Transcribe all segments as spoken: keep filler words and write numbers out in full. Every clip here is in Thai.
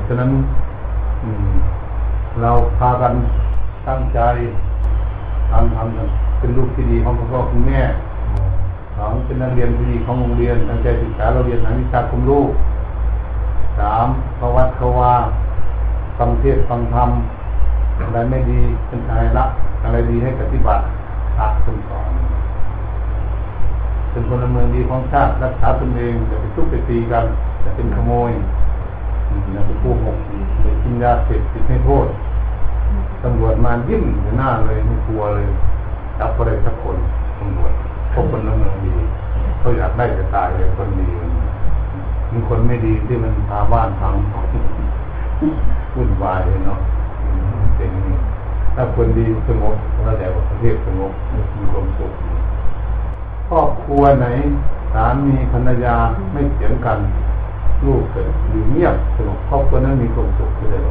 ฉะนั้นเราพากันตั้งใจทำทำเป็นลูกที่ดีของพ่อคุณแม่สองเป็นนักเรียนที่ดีของโรงเรียนตั้งใจศึกษาเราเรียนหาวิชาความรู้สามภวัตเขาว่าฟังเทศฟังธรรมอะไรไม่ดีเป็นอะไรละอะไรดีให้ปฏิบัติตามคำสอนเป็นพลเมืองดีของชาติรักษาตนเองอย่าไปทุบไปตีกันอย่าเป็นขโมยอย่าไปพูดหกอย่ากินยาเสพติดให้โทษตำรวจมายิ้มอยู่หน้าเลยไม่กลัวเลยจับอะไรสักคนตำรวจพบพลเมืองดีเขาอยากได้จะตายเลยคนดีมีคนไม่ดีที่มันพาบ้านพังวุ่นวายเลยเนาะเป็นอย่างนี้ถ้าคนดีสงบแล้วแต่ว่าประเทศสงบมีความสุขครอบครัวไหนสามีภรรยาไม่เถียงกันลูกเกิดอยู่เงียบสงบครอบครัวนั้นมีความสุขเลย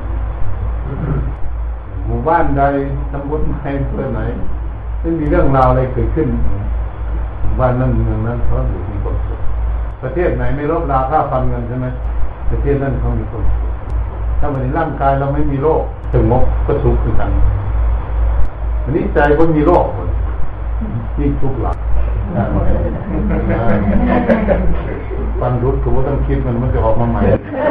หมู่บ้านใดตำบลไหนเพื่อไหนไม่มีเรื่องราวอะไรเกิดขึ้นหมู่บ้านนั้นเมืองนั้นเขาอยู่มีความสุขประเทศไหนไม่ลบราค่าฟันเงินใช่ไหมประเทศนั้นเขามีความสุขถ้าวันนี้ร่างกายเราไม่มีโรคสงบก็สุขคือกันวันนี้ใจก็มีโรคยิ่งทุกข์หลักฟันรุดก็ว่าต้องคิดมันมันจะออกมาใหม่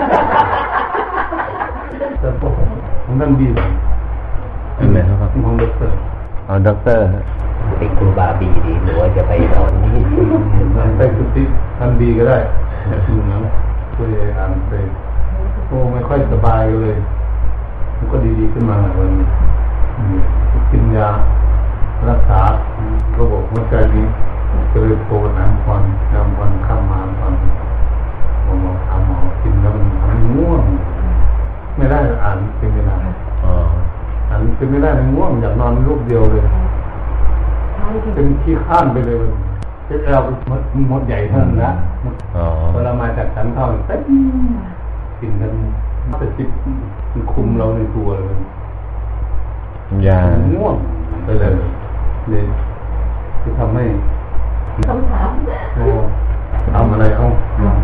มันต้องดีเป็นไงครับของด็อกเตอร์อ๋อด็อกเตอร์เป็นครูบาบีดีหรือว่าจะไปสอนที่ไปสุติทำดีก็ได้ดูนะคุยอ่านไปโอ้ไม่ค่อยสบายเลยมันก็ดีๆขึ้นมาวันนี้กินยารักษาระบบหัวใจนี้ก็เลยโทรน้ำควันน้ำควันข้ามมาควันหมอทำหมอกินแล้วมันมันง่วงไม่ได้อ่านเป็นไม่ได้อ่านเป็นไม่ได้มันง่วงอยากนอนรูปเดียวเลยเป็นขี้ข้านไปเลยเจ็บแอลมดมดใหญ่เท่านั้นนะเวลามาจากชั้นเท่าเต็มกินกันแต่จิตมันคุมเราในตัวเลยยาง่วงไปเลยเลยที่ทำให้คำถามทำอะไรเอา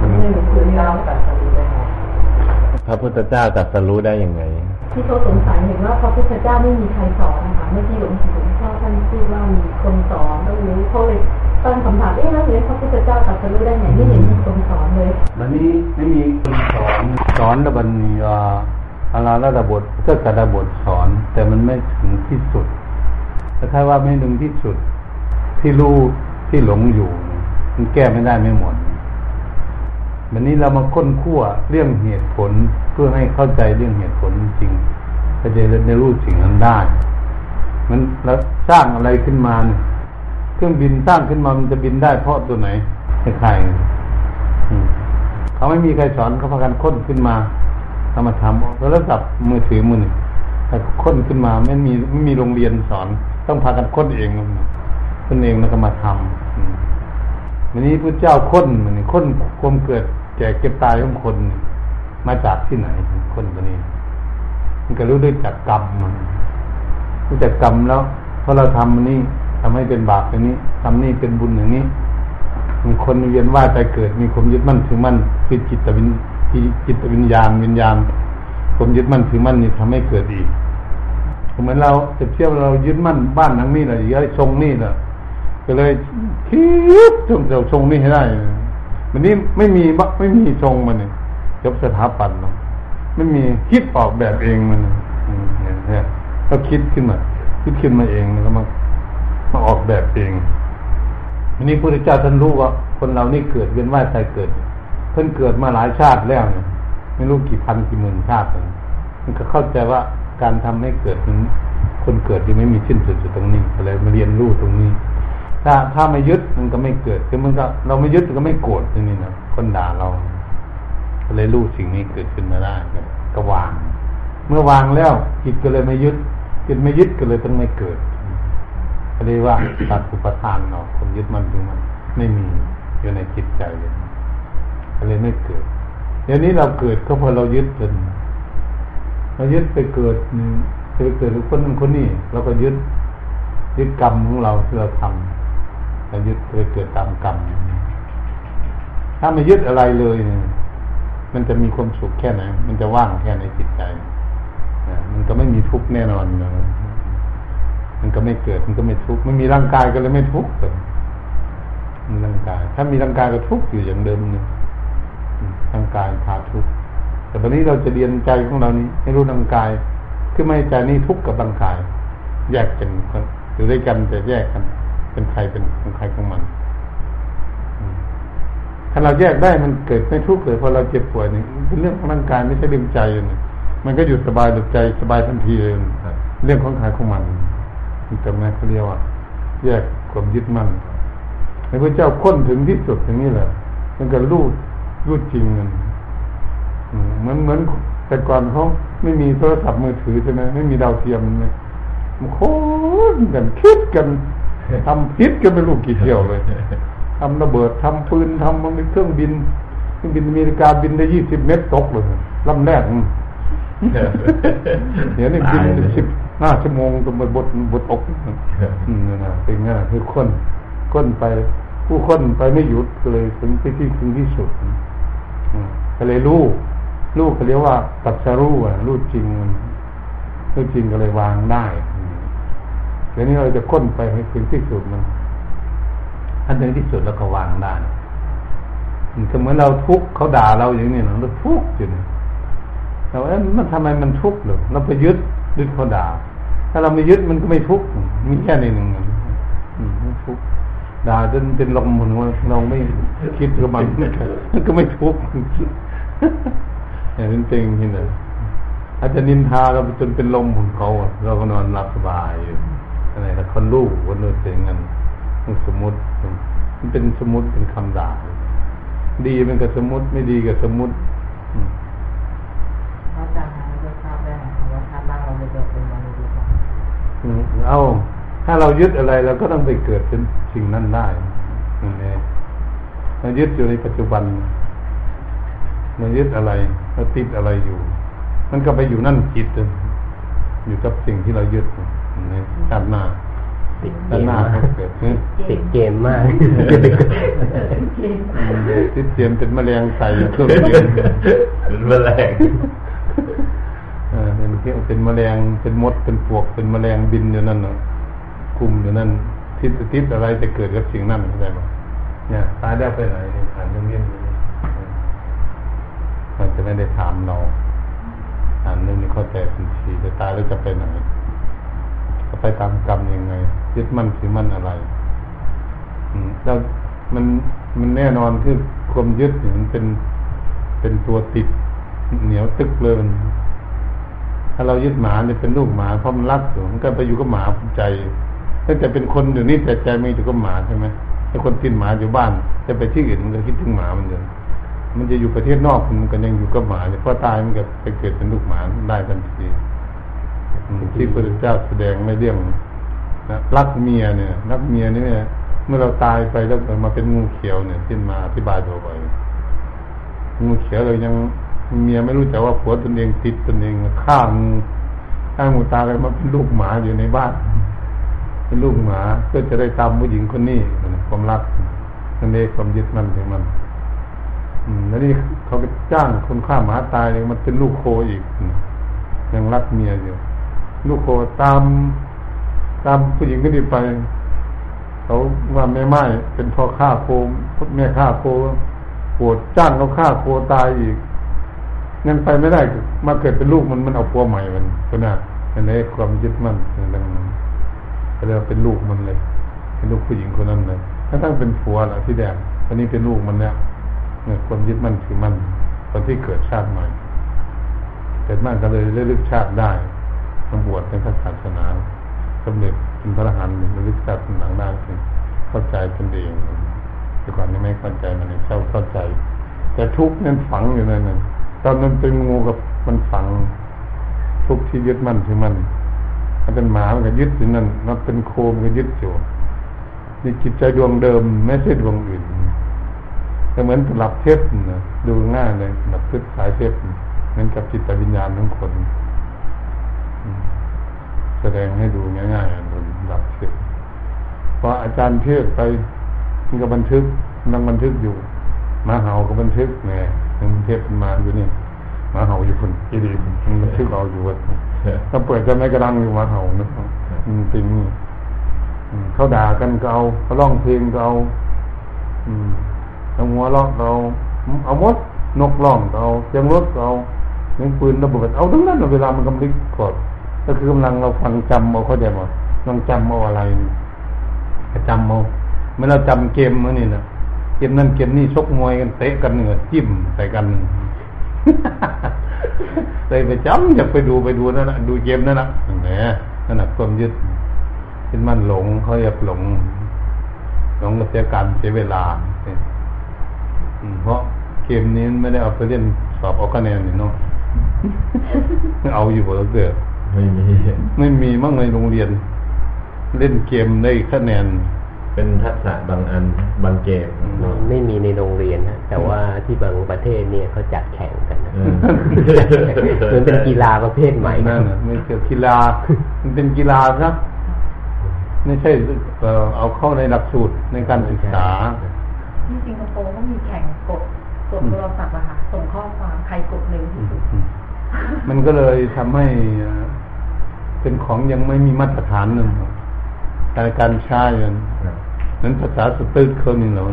พระพุทธเจ้าตรัสรู้ได้ยังไงที่เขาสงสัยเห็นว่าพระพุทธเจ้าไม่มีใครสอนนะคะเมื่อที่หลวงปู่พ่อท่านพูดว่ามีคนสอนแล้วรู้เขาเลยตั้งคำถามเอ๊ะแล้วเนี่ยพระพุทธเจ้าตรัสรู้ได้ไงไม่เห็นมีคนสอนเลยวันนี้ไม่มีคนสอนสอนระบันมีอาราระบทก็กระดาบทสอนแต่มันไม่ถึงที่สุดแต่ถ้าว่าไม่ถึงที่สุดที่รู้ที่หลงอยู่มันแก้ไม่ได้ไม่หมดวันนี้เรามาค้นคว้าเรื่องเหตุผลเพื่อให้เข้าใจเรื่องเหตุผลจริงก็จะได้รู้สิ่งนั้นได้มันแล้วสร้างอะไรขึ้นมาเนี่ยเครื่องบินสร้างขึ้นมามันจะบินได้เพราะตัวไหนใครๆเขาไม่มีใครสอนเขาพากันค้นขึ้นมาทำมาทำแล้วระดับมือถือมือหนึ่งแต่ค้นขึ้นมาไม่มีไม่มีโรงเรียนสอนต้องพากันค้นเองค้นเองแล้วก็มาทำวันนี้พระเจ้าค้นมันนี่ค้นความเกิดแก่เก็บตายของคนมาจากที่ไหนคนตัวนี้มันก็รู้ด้วยจากกรรมมันรู้จักกรรมแล้วเพราะเราทำนี่ทำให้เป็นบาปอย่างนี้ทำนี่เป็นบุญอย่างนี้มีคนเวียนว่ายไปเกิดมีความยึดมั่นถือมั่นคือจิตวิญจิตวิญญาณวิญญาณความยึดมั่นถือมั่นนี่ทำให้เกิดอีกเหมือนเราจะเที่ยวเรายึดมั่นบ้านหลังนี้แหละย้ายทรงนี่แหละก็เลยคิดจงจะทรงนี่ให้ได้วันนี้ไม่มีไม่มีทรงมันเนี่ยยกสถาปัตย์เนาะไม่มีคิดออกแบบเองมันเนี่ยก็คิดขึ้นมาคิดขึ้นมาเองแล้วมามาออกแบบเองวันนี้พระพุทธเจ้าท่านรู้ว่าคนเรานี่เกิดเวียนว่ายตายเกิดเพิ่นเกิดมาหลายชาติแล้วเนี่ยไม่รู้กี่พันกี่หมื่นชาติเลยมันก็เข้าใจว่าการทำให้เกิดคนเกิดที่ไม่มีสิ้นสุดอยู่ตรงนี้อะไรมาเรียนรู้ตรงนี้ถ้าถ้าไม่ยึดมันก็ไม่เกิดคือมันก็เราไม่ยึดมันก็ไม่โกรธตรงนี้นะคนด่าเราก็เลยรู้สิ่งนี้เกิดขึ้นมาได้ก็วางเมื่อวางแล้วจิตก็เลยไม่ยึดจิตไม่ยึดก็เลยต้องไม่เกิดก็เรียกว่าตัดอุปทานเนาะคนยึดมันถึงมันไม่มีอยู่ในจิตใจเลยก็เลยไม่เกิดเดี๋ยวนี้เราเกิดก็เพราะเรายึดจนเรายึดไปเกิดไปเกิดคนนั้นคนนี้เราก็ยึดยึดกรรมของเราที่เราทำเรายึดไปเกิดตามกรรมถ้าไม่ยึดอะไรเลยเนี่ยมันจะมีความสุขแค่ไหนมันจะว่างแค่ไหนจิตใจมันก็ไม่มีทุกข์แน่นอนนะมันก็ไม่เกิดมันก็ไม่ทุกข์ไม่มีร่างกายก็เลยไม่ทุกข์เลยมีร่างกายถ้ามีร่างกายก็ทุกข์อยู่อย่างเดิมเนี่ยร่างกายพาทุกข์แต่ตอนนี้เราจะเรียนใจของเรานี้ให้รู้ร่างกายคือไม่ใจนี่ทุกข์กับร่างกายแยกกันอยู่ด้วยกันแต่แยกกันเป็นใครเป็นของใครของมันถ้าเราแยกได้มันเกิดไม่ทุกข์เลยพอเราเจ็บป่วยนี่เป็นเรื่องของร่างกายไม่ใช่เรื่องใจเลยมันก็อยู่สบายหลุดใจสบายทันทีเลยเรื่องของใครของมันแต่แม่เขาเรียกว่าแยกความยึดมั่นพระพุทธเจ้าค้นถึงที่สุดอย่างนี้แหละมันก็รู้รู้จริงมันเหมือนเหมือนแต่ก่อนเขาไม่มีโทรศัพท์มือถือใช่ไหมไม่มีดาวเทียมเลยมันโค้นกันคิดกันทำพิษกันไม่รู้กี่เที่ยวเลยทำระเบิดทำปืนทำมันเป็นเครื่องบินเครื่องบินอเมริกาบินได้ยี่สิบเมตรตกเลยลำแรกเดี๋ยวนี้บินสิบห้าชั่วโมงตัวบดบดอกอืมนะเป็นงั้นคือค้นค้นไปผู้ค้นไปไม่หยุดเลยถึงไปที่ถึงที่สุดก็เลยรู้รู้เขาเรียกว่าตัดสรู้อ่ะรู้จริงมันรู้จริงก็เลยวางได้เดี๋ยวนี้เราจะค้นไปให้ถึงที่สุดมันอันถึงที่สุดแล้วก็วางได้มันก็เหมือนเราทุกข์เขาด่าเราอย่างนี้เราทุกข์อยู่เนี่ยแต่ว่ามันทำไมมันทุกข์หรอเราไปยึดยึดเขาด่าถ้าเราไม่ยึดมันก็ไม่ทุกข์มีแค่ในหนึ่งไม่ทุกข์ด่าจนเป็นลมหมุนว่าเราไม่คิดกับมันมันก็ไม่ทุกข์อย่างนั้นจริงที่ไหนอาจจะนินทาเราจนเป็นลมหมุนเขาเราก็นอนหลับสบายอยู่อะไรแต่คนรู้ว่าเนื้อเสียงเงินมันสมมติมันเป็นสมมติเป็นคำด่าดีมันก็สมมติไม่ดีก็สมมติอาจารย์จะทราบได้ว่าถ้าร่างเราไม่เกิดเป็นมนุษย์หรือเปล่าเอาถ้าเรายึดอะไรเราก็ต้องไปเกิดเป็นสิ่งนั้นได้นั่นเองเรายึดอยู่ในปัจจุบันเรายึดอะไรเราติดอะไรอยู่มันก็ไปอยู่นั่นจิตอยู่กับสิ่งที่เรายึดในชาติหน้าติดชาติหน้าเขาเกิดติดเกมมากติดเกมเป็นแมลงใส่เครื่องเกมเป็นแมลงเออเป็นเที่ยวเป็นแมลงเป็นมดเป็นปลวกเป็นแมลงบินอยู่นั่นน่ะคุมอยู่นั่นทิศทิศอะไรจะเกิดกับสิ่งนั้นเข้าใจไหมเนี่ยตายแล้วไปไหนอ่านเรื่องนี้มันจะไม่ได้ถามเราอ่านเรื่องนี้เข้าใจทันทีจะตายแล้วจะไปไหนจะไปตามกรรมยังไงยึดมั่นถือมั่นอะไรอืมแล้วมันมันแน่นอนคือความยึดมันเป็นเป็นตัวติดเหนียวตึกเลยมันถ้าเรายึดหมาเนี่ยเป็นลูกหมาเพราะมันรักอยู่มันก็ไปอยู่กับหมาใจตั้งแต่เป็นคนอยู่นี่แต่ใจไม่อยู่กับหมาใช่ไหมถ้าคนกินหมาอยู่บ้านจะไปที่อื่นมันก็คิดถึงหมามันเลยมันจะอยู่ประเทศนอกมันก็ยังอยู่กับหมาเพราะตายมันก็ไปเกิดเป็นลูกหมาได้ทันทีที่พระพุทธเจ้าแสดงในเรื่องนะรักเมียเนี่ยรักเมียนี่เนี่ยเมื่อเราตายไปแล้วมาเป็นงูเขียวเนี่ยที่มาอธิบายตัวไปงูเขียวเรายังเมียไม่รู้จักว่าผัวตนเองติดตนเองฆ่างูฆ่างูตายแล้วมาเป็นลูกหมาอยู่ในบ้านเป็นลูกหมาเพื่อจะได้ตามผู้หญิงคนนี้ความรักนั่นเองความยึดมั่นของมันอืมแล้วนี่เขาก็จ้างคนฆ่าหมาตายเลยมันเป็นลูกโคอีกยังรักเมียอยู่ลูกโคตามตามผู้หญิงก็ดีไปเขาว่าแม่ไม้เป็นพ่อฆ่าโคแม่ฆ่าโคปวดจ้างเขาฆ่าโคตายอีกงั้นไปไม่ได้มาเกิดเป็นลูกมันมันเอาผัวใหม่มันก็น่ะอันนี้ความยึดมั่นดังนั้นก็เลยเป็นลูกมันเลยเป็นลูกผู้หญิงคนนั้นเลยถ้าตั้งเป็นผัวแหละที่แดงอันนี้เป็นลูกมันแล้วเนี่ยความยึดมั่นคือมันตอนที่เกิดชาติใหม่เกิดมากก็เลยระลึกชาติได้มาบวชในพระศาสนาสำเร็จเป็นพระอรหันต์ระลึกชาติหลังได้เข้าใจตนเองแต่ก่อนนี่ไม่เข้าใจมันเลยเข้าเข้าใจแต่ทุกข์นั้นฝังอยู่นั่นน่ะตอนนั้นเป็นงูกับมันฝังทุกข์ที่ยึดมั่นคือมันถ้าเป็นหมามันก็ยึดอยู่นั่นนับเป็นโคมก็ยึดอยู่นี่จิตใจดวงเดิมไม่ใช่ดวงอื่นแต่เหมือนตลับเทปนะดูง่ายเลยตลับเทปสายเทปเหมือนกับจิตวิญญาณทั้งคนแสดงให้ดูง่ายๆดูตลับเทปพออาจารย์เทศไปมันก็บันทึกนั่งบันทึกอยู่มาเห่าก็บันทึกไงมันเทพมาอยู่นี่มาเห่าอยู่คนอีดีมันบันทึกเอาอยู่ว่าถ้าเปิดจะไม่กระดังอยู่มาเห่านะมันเป็นนี่เขาด่ากันก็เอาเขาร้องเพลงก็เอาเอาหัวเราะก็เอาเอามดนกร้องก็เอาเสียงรถก็เอาเสียงปืนระเบิดเอาทั้งนั้นเวลามันกำลังกดก็คือกำลังเราฟังจำเอาเข้าใจหมดลองจำเอาอะไรจำเอาเมื่อเราจำเกมเมื่อนี่นะเกมนั่นเกมนี่ชกมวยกันเตะกันเหนือจิ้มใส่กันเลยไปจำอยากไปดูไปดูนั่นแหละดูเกมนั่นแหละแหมนั่นแหละความยึดเป็นมันหลงเขาอยากหลงหลงก็เสียการเสียเวลาเพราะเกมนี้ไม่ได้เอาไปเล่นสอบเอาคะแนนนี่เนาะเอาอยู่บ่เกิดไม่มีไม่มีมั่งในโรงเรียนเล่นเกมได้คะแนนเป็นทักษะบางอันบางเกมไม่มีในโรงเรียนนะแต่ว่าที่บางประเทศเนี่ยเขาจัดแข่งกันนะมันเป็นกีฬาประเภทใหม่นั่นน่ะไม่ใช่กีฬามันเป็นกีฬาครับไม่ใช่เอาเข้าในหลักสูตรในการศึกษาที่สิงคโปร์ก็มีแข่งกดกดโทรศัพท์อะค่ะส่งข้อความใครกดเร็วที่สุดมันก็เลยทำให้เป็นของยังไม่มีมาตรฐานนึงการการใช้มันนั้นภาษาสตึกเขานี่แหละมัน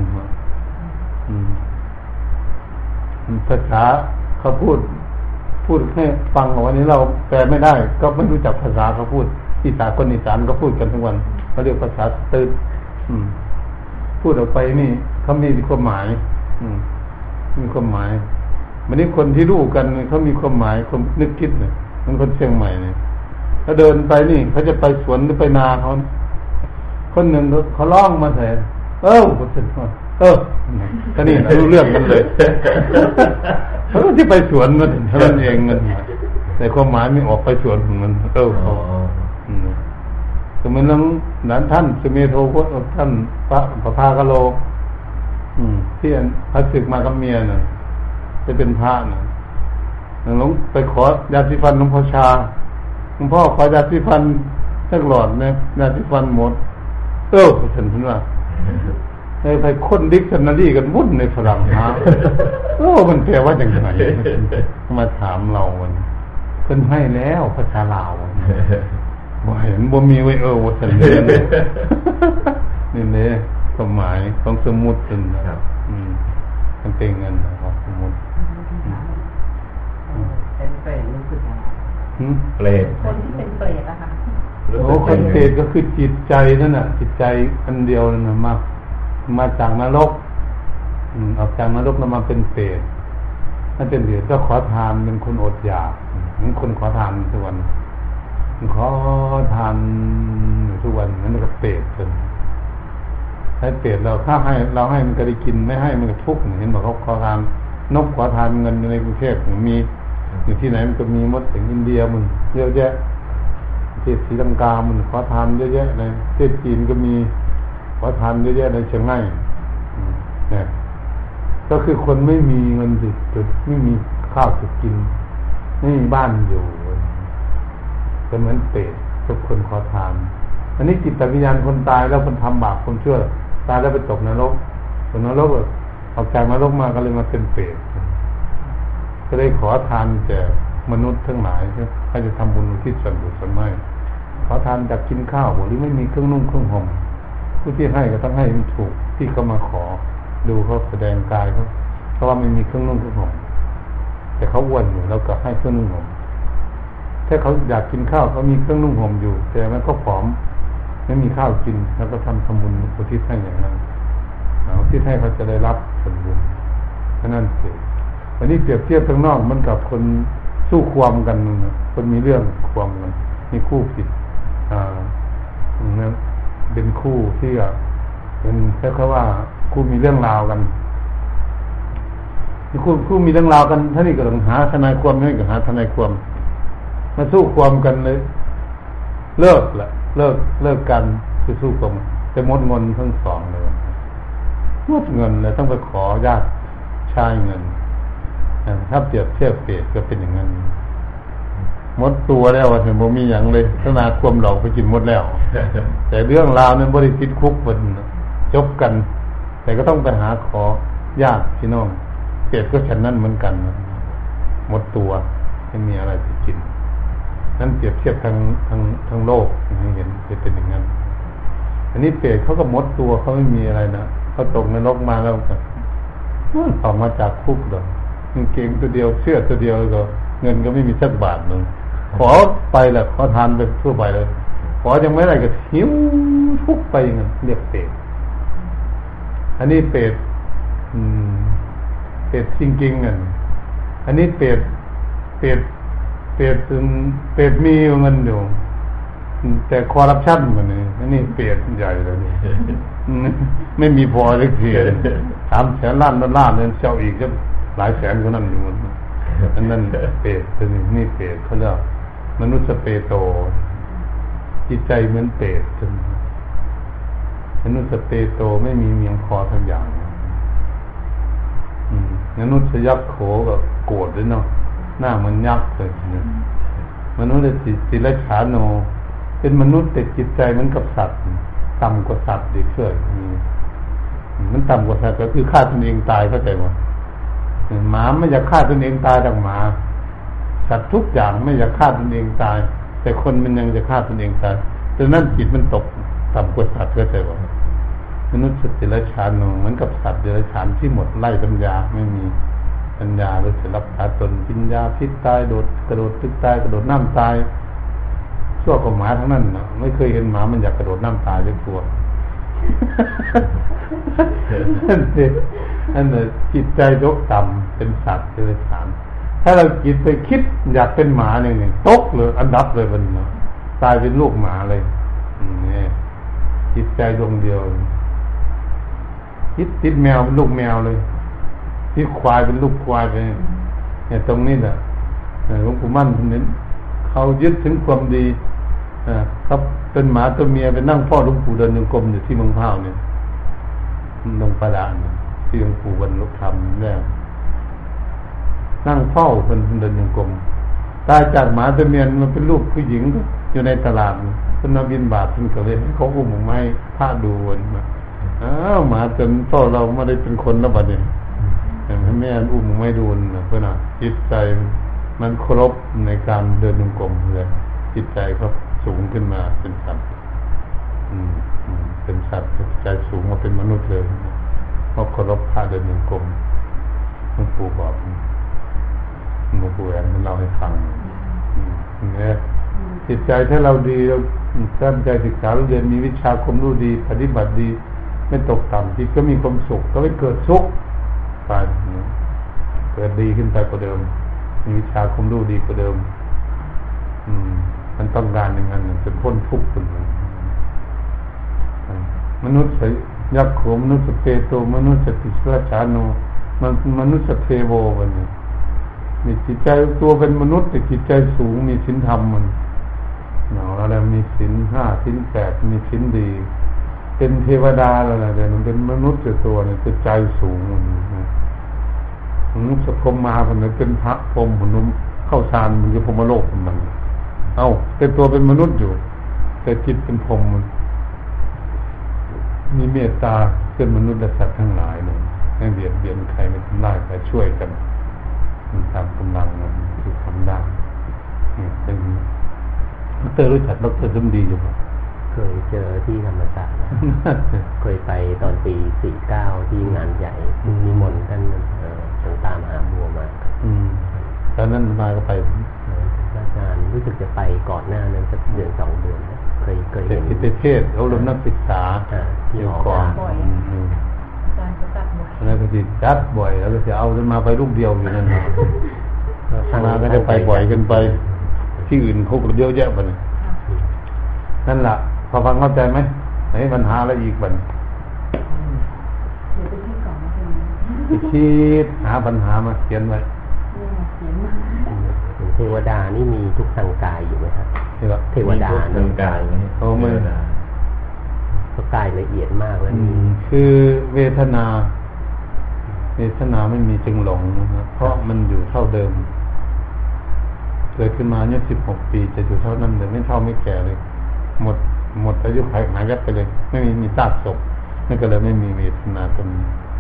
ภาษาเขาพูดพูดให้ฟังวันนี้เราแปลไม่ได้ก็ไม่รู้จักภาษาเขาพูดอีสานคนอีสานก็พูดกันทั้งวันเขาเรียกภาษาสตึกพูดออกไปนี่เขามีความหมายมีความหมายวันนี้คนที่รู้กันเขามีความหมายคนนึกคิดเนี่ยมันคนเชียงใหม่เนี่ยถ้าเดินไปนี่เขาจะไปสวนหรือไปนาเขาคนหนึ่งเขาร้องมาแทนเออผมเป็นเออก็นี่รู้เรื่องกันเลยเขาที่ไปสวนมันเท่านั้นเองมันแต่ความหมายไม่ออกไปสวนของมันเออเขาสมัยนั้นนั้นท่านสุเมโธพจน์ท่านพระพระพากะโลที่พระศึกมากับเมียน่ะจะเป็นพระน่ะหลวงไปขอยาสีฟันหลวงพ่อชาหลวงพ่อขอยาสีฟันสักหลอดนะยาสีฟันหมดเออฉันพูดว่าในไปค้นดิกชันนารีกันวุ่นในฝรั่งฮะโอ้มันแปลว่าอย่างไรมาถามเรามันเพิ่นให้แล้วภาษาลาวบ่เห็นบ่มีไว้เออว่าฉันเรียนนี่เนี่ยความหมายของสมุดเป็นนะครับอืมมันเป็นเงินนะครับสมุดเป็นเปรตรู้สึกยังไงเปรตคนที่เป็นเปรตอะค่ะโอ้คนเปรตก็คือจิตใจนั่นน่ะจิตใจอันเดียวนั่นน่ะมามาจากนรกอืมออกจากนรกแล้วมาเป็นเปรตถ้าเป็นเปรตก็ขอทานเป็นคนอดอยากเหมือนคนขอทานทุกวันขอทานทุกวันนั้นก็เปรตจนให้เปรตเราถ้าให้เราให้มันก็ได้กินไม่ให้มันก็ทุกข์เห็นบอกเขาขอทานนกขอทานเงินในกรุงเทพมีอยู่ที่ไหนมันก็มีมดอย่างอินเดียมันเยอะแยะประเทศศรีลังกามันขอทานเยอะแยะในประเทศจีนก็มีขอทานเยอะแยะในเชียงใหม่เนี่ยก็คือคนไม่มีเงินจะไม่มีข้าวจะกินไม่มีบ้านอยู่ก็เหมือนเปรตทุกคนขอทานอันนี้จิตวิญญาณคนตายแล้วคนทำบาปคนชั่วตายแล้วไปตกนรกตกนรกออกจากนรกมาก็เลยมาเป็นเปรตก็เลยขอทานแก่มนุษย์ทั้งหลายให้จะทำบุญที่ส่วนบุญส่วนไม่ขอทานจากกินข้าวหรือไม่มีเครื่องนุ่งเครื่องห่มผู้ที่ให้ก็ต้องให้มันถูกที่เขามาขอดูเขาแสดงกายเขาเพราะว่าไม่มีเครื่องนุ่งเครื่องห่มแต่เขาอ้วนอยู่เราก็ให้เครื่องนุ่งห่มถ้าเขาอยากกินข้าวเขามีเครื่องนุ่งห่มอยู่แต่มันก็ผอมไม่มีข้าวกินแล้วก็ทำทำบุญอุทิศให้อย่างนั้นอุทิศให้เขาจะได้รับผลบุญนั่นเองวันนี้เปรียบเทียบข้างนอกมันกับคนสู้ความกันคนมีเรื่องความกันมีคู่ผิดอ่านั้นเป็นคู่ที่เป็นแค่แค่ว่าคู่มีเรื่องราวกันคู่คู่มีเรื่องราวกันท่านี่ก็ต้องหาทนายความให้ก็หาทนายความมาสู้ความกันเลยเลิกละเลิกเลิกกันคือสู้ความจะหมดเงินทั้งสองเลยหมดเงินเลยต้องไปขอญาติใช้เงินถ้าเปรียบเทียบเปรตก็เป็นอย่างนั้นหมดตัวแล้วเห็นบ่มีอย่างเลยขนาดความหลอกไปกินหมดแล้วแต่เรื่องราวนั้นบริสิทธิ์คุกมันจบกันแต่ก็ต้องไปหาขอญาติพี่น้องเปรตก็ฉันนั่นเหมือนกันหมดตัวไม่มีอะไรจะกินนั่นเปรียบเทียบทางทางทางโลกให้เห็นเป็นอย่างนั้นอันนี้เปรตเขาก็หมดตัวเขาไม่มีอะไรนะเขาตกนรกมาแล้วก็ออกมาจากคุกดอกกางเกงตัวเดียวเสื้อตัวเดียวก็เงินก็ไม่มีสักบาทหนึ่งขอไปแหละขอทานไปทั่วไปเลยขอยังไม่ได้ก็หิวทุกไปเงินเรียกเปรตอันนี้เปรตอืมเปรตจริงๆเงินอันนี้เปรตเปรตเปรตเปรตมีเงินอยู่แต่คอร์รัปชันมันนี่อันนี้เปรตใหญ่เลยนี่ไม่มีพอเลยทีสามแสนล้านดอลลาร์เนี่ยเช่าอีกจะหลายแสนคนนั้นอยู่มันอันนั้นเปรตตัวนี้นี่เปรตเขาเรียกมนุษย์เปโตจิตใจเหมือนเปรตมนุษย์เปโตไม่มีเมียงคอทั้งอย่างมนุษย์ยักษ์โขก็โกรธด้วยเนาะหน้ามันยักษ์เลยมนุษย์ติติรฉานโนเป็นมนุษย์แต่จิตใจเหมือนกับสัตว์ต่ำกว่าสัตว์ดีเชื่อมีมันต่ำกว่าสัตว์ก็คือฆ่าตนเองตายเข้าใจไหมหมาไม่อยากฆ่าตนเองตายดังหมาสัตว์ทุกอย่างไม่อยากฆ่าตนเองตายแต่คนมันยังจะฆ่าตนเองตายดังนั้นจิตมันตกต่ำกว่าสัตว์เข้าใจไหมมนุษย์ติรฉานโนเหมือนกับสัตว์เดรัจฉานที่หมดไล่ปัญญาไม่มีปัญญาหรือจะรักษาตนกินยาพิษตายโดดกระโดดตึกตายกระโดดน้ำตายชั่วกับหมาทั้งนั้นนะไม่เคยเห็นหมามันอยากกระโดดน้ำตายเลยตัวนั่นสินั่นน่ะจิตใจยกต่ำเป็นสัตว์เดรัจฉานถ้าเราจิตไปคิดอยากเป็นหมาเนี่ยตกเลยอันดับเลยมันเนาะตายเป็นลูกหมาเลยนี่จิตใจดวงเดียวคิดติดแมวเป็นลูกแมวเลยที่ควายเป็นลูกควายไปเนี่ยตรงนี้แหละหลวงปู่มั่นเน้นเขายึดถึงความดีครับเป็นหมาตัวเมียไปนั่งเฝ้าหลวงปู่เดินจงกรมอยู่ที่เมืองพร้าวเนี่ยลงประดานที่หลวงปู่บรรลุธรรมแล้วนั่งเฝ้าเป็นเดินจงกรมตายจากหมาตัวเมียมันเป็นลูกผู้หญิงอยู่ในตลาดเป็นนาบินบาทเป็นกระเลยเขาอุ้มไม้ผ้าดูวนมาอ้าวหมาจนเฝ้าเราไม่ได้เป็นคนแล้วบัดนี้แม่อุ้มไม่ดูนะเพื่อนอ่ะจิตใจมันครบในการเดินจงกรมเลยจิตใจเขาสูงขึ้นมาเป็นสัตว์อืมเป็นสัตว์จิตใจสูงมาเป็นมนุษย์เลยเพราะเคารพพระเดินจงกรมหลวงปู่บอกหลวงปู่แอนมันเล่าให้ฟังเนี่ยจิตใจถ้าเราดีเราตั้งใจศึกษาเรียนมีวิชาความรู้ดีปฏิบัติดีไม่ตกต่ำจิตก็มีความสุขก็ไม่เกิดทุกข์ไปเกิดดีขึ้นไปกว่าเดิมมีวิชาความรู้ดีกว่าเดิมอืมมันต้องการอย่างนั้นจนพ้นทุกข์ขึ้นมนุษย์ยักษ์โขมนุษย์เปโตมนุษย์ติสระชาโนมันมนุษย์เทโวมันมีจิตใจตัวเป็นมนุษย์แต่จิตใจสูงมีศีลธรรมมันเนาะแล้วมีศีลห้าศีลแปดมีศีลดีเป็นเทวดาแล้วนะแต่มันเป็นมนุษย์ตัวเนี่ยจิตใจสูงมันมนุษย์พรหมมาคนนั้นเป็นพระพรหมหุ่นนุ่มเข้าฌานมันจะพรหมโลกมันเอ้าเป็นตัวเป็นมนุษย์อยู่แต่จิตเป็นพรหมมันมีเมตตาเพื่อนมนุษย์และสัตว์ทั้งหลายเลยไม่เบียดเบียนใครไม่ทำร้ายใครช่วยกันมันตามกำลังมันที่ทำได้เนี่ยเป็นดรรู้จักดรสมดีอยู่ป่ะเคยเจอที่ธรรมศาสตร์นะเคยไปตอนปีสี่เก้าที่งานใหญ่นิมนต์ท่านหลวงตามหาบัวมาอืมตอนนั้นมาก็ไปอาจารย์รู้สึกจะไปก่อนหน้านั้นสักเดือนสองเดือนเคยเคยเห็นที่เทศเขาลงนักศึกษาที่หอการบ่อยการจะตัดบ่อยแล้วก็ติดจัดบ่อยแล้วก็จะเอาจนมาไปลูกเดียวอยู่นั่นมาก็จะไปบ่อยกันไปที่อื่นเขาก็เยอะแยะไปนั่นแหละพอฟังเข้าใจไหมไหนปัญหาอะไรอีกบ้างเดี๋ยวไปคิดก่อนนะไปคิดหาปัญหามาเขียนไว้เทวดานี่มีทุกทางกายอยู่ไหมครับเทวดาทางกายไหมเขาไม่ก็กายละเอียดมากแล้วคือเวทนาเวทนาไม่มีจึงหลงนะเพราะมันอยู่เท่าเดิมเกิดขึ้นมาเนี่ยสิบหกปีจะอยู่เท่านั้นเลยไม่เท่าไม่แก่เลยหมดหมดอายุขัยหายยับไปเลยไม่มีมีซากศพนั่นก็เลยไม่มีเวทนาตน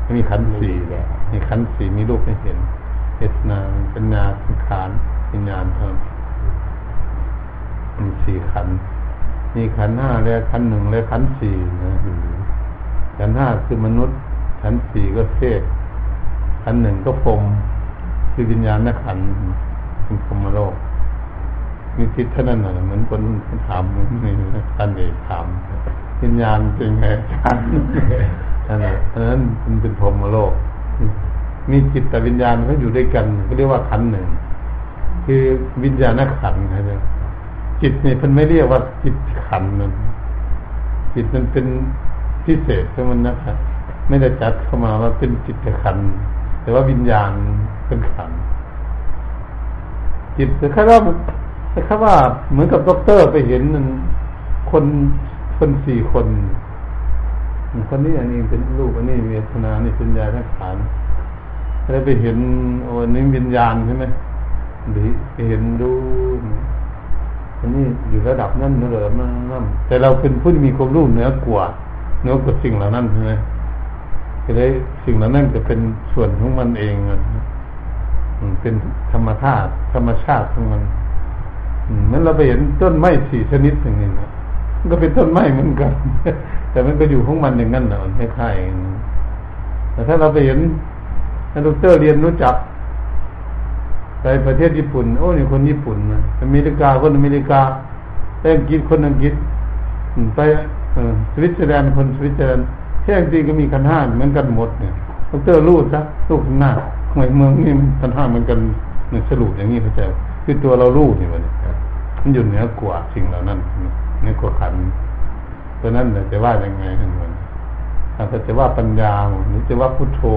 มีขันธ์สี่มีขันธ์สี่มีรูปให้เห็นเวทนาสัญญาสังขารวิญญาณเท่านั้นมีสี่ขันธ์มีขันธ์ห้าและขันธ์หนึ่งและขันธ์สี่นะขันธ์ห้าคือมนุษย์ขันธ์สี่ก็เทพขันธ์หนึ่งก็พรหมคือวิญญาณนักขันธ์เป็นพรหมโลกมีทิศเท่านั้นน่ะเหมือนคนถามนี่ท่านเอกถามวิญญาณเป็นไงขันธ์นั่นแหละเพราะฉะนั้นมันเป็นพรหมโลกมีจิตแต่วิญญาณเขาอยู่ด้วยกันก็เรียกว่าขันธ์หนึ่งคือวิญญาณนักขันธ์นะจิตนี่มันไม่เรียกว่าจิตขันธ์มันจิตมันเป็นพิเศษของมันนะครับไม่ได้จัดเข้ามาว่าเป็นจิตขันธ์แต่ว่าวิญญาณเป็นขันธ์จิตแค่ว่าแค่ว่าเหมือนกับด็อกเตอร์ไปเห็นคนคนสี่คนคนนี้อันนี้เป็นรูปอันนี้เวทนานี่เป็นญาณขันธ์แล้วไปเห็นวันนี้วิญญาณใช่ไหมหรือไปเห็นดูอันนี้อยู่ระดับนั้นเหนือนั่นแต่เราเป็นผู้ที่มีความรู้เหนือกว่าเหนือกว่าสิ่งเหล่านั้นใช่ไหมก็เลยสิ่งเหล่านั้นจะเป็นส่วนของมันเองมันเป็นธรรมชาติธรรมชาติของมันเหมือนเราไปเห็นต้นไม้สี่ชนิดอย่างนี้นะมันก็เป็นต้นไม้เหมือนกันแต่มันก็อยู่ของมันอย่างนั้นแหละมันคล้ายๆแต่ถ้าเราไปเห็นนักดรเรียนรู้จักไปประเทศญี่ปุ่นโอ้นี่คนญี่ปุ่นนะอเมริกาคนอเมริกาไปอังกฤษคนอังกฤษไปสวิตเซอร์แลนด์คนสวิตเซอร์แลนด์แท้จริงก็มีขันธ์ห้าเหมือนกันหมดเนี่ยดรรู้ซะรู้ข้างหน้าทำไมเมืองนี่มันขันธ์ห้าเหมือนกันเนี่ยสรุปอย่างนี้เข้าใจคือตัวเรารู้นี่มันมันอยู่เหนือกว่าสิ่งเหล่านั้นเหนือกว่าขันธ์เพราะนั้นเนี่ยจะว่ายังไงทั้งนั้นถ้าจะว่าปัญญาหรือจะว่าพุทโธ